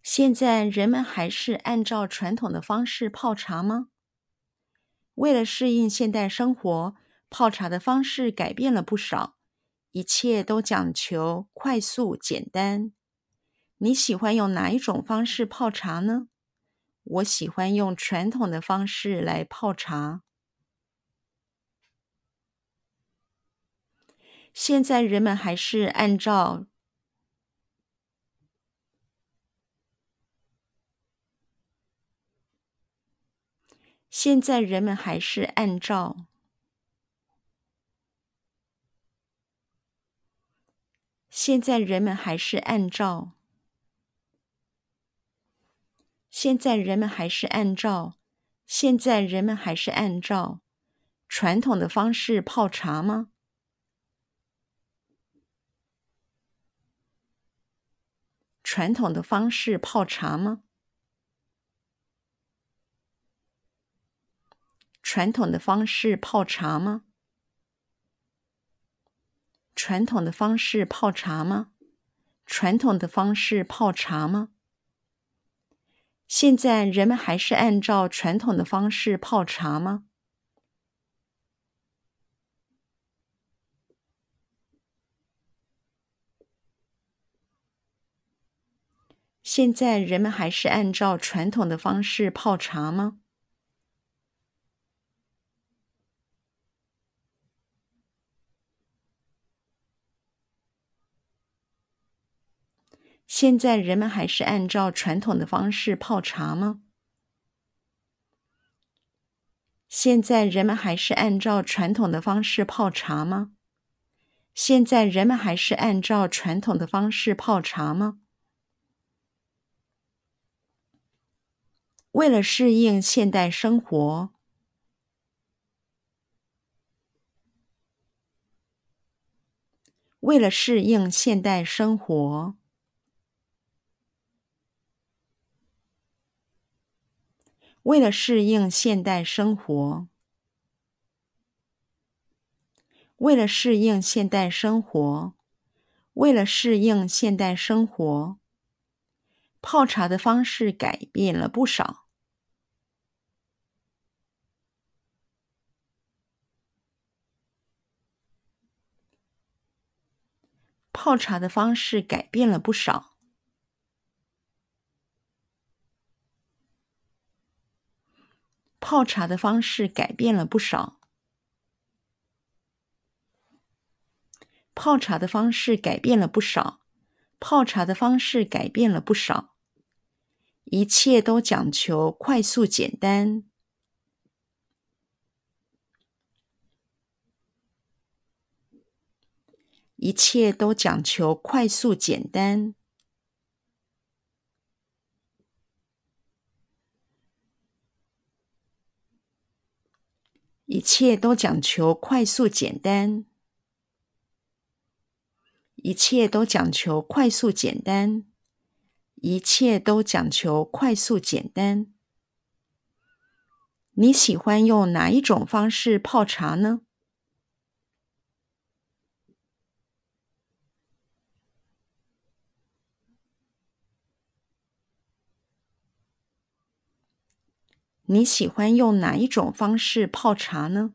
现在人们还是按照传统的方式泡茶吗？为了适应现代生活，泡茶的方式改变了不少，一切都讲求快速简单。你喜欢用哪一种方式泡茶呢？我喜欢用传统的方式来泡茶。现在人们还是按照现在人们还是按照现在人们还是按照现在人们还是按照现在人们还是按照传统的方式泡茶吗？传统的方式泡茶吗？传统的方式泡茶吗？传统的方式泡茶吗？传统的方式泡茶吗？现在人们还是按照传统的方式泡茶吗？现在人们还是按照传统的方式泡茶吗？现在人们还是按照传统的方式泡茶吗？现在人们还是按照传统的方式泡茶吗？现在人们还是按照传统的方式泡茶吗？为了适应现代生活，为了适应现代生活，为了适应现代生活，为了适应现代生活，为了适应现代生活，泡茶的方式改变了不少。泡茶的方式改变了不少。泡茶的方式改变了不少。泡茶的方式改变了不少。泡茶的方式改变了不少。一切都讲求快速简单。一切都讲求快速简单。一切都讲求快速简单。一切都讲求快速简单。一切都讲求快速简单。你喜欢用哪一种方式泡茶呢？你喜欢用哪一种方式泡茶呢？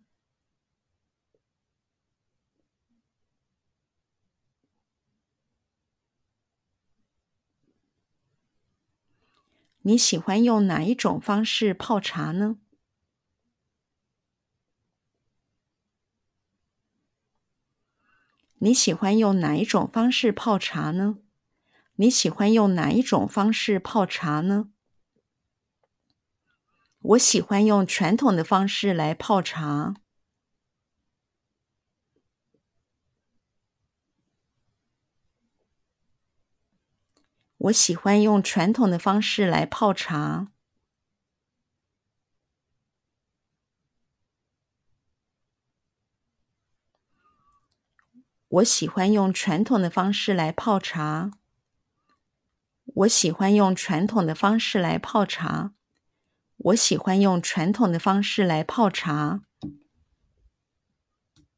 你喜欢用哪一种方式泡茶呢？你喜欢用哪一种方式泡茶呢？你喜欢用哪一种方式泡茶呢？我喜欢用传统的方式来泡茶。我喜欢用传统的方式来泡茶。我喜欢用传统的方式来泡茶。我喜欢用传统的方式来泡茶。我喜欢用传统的方式来泡茶。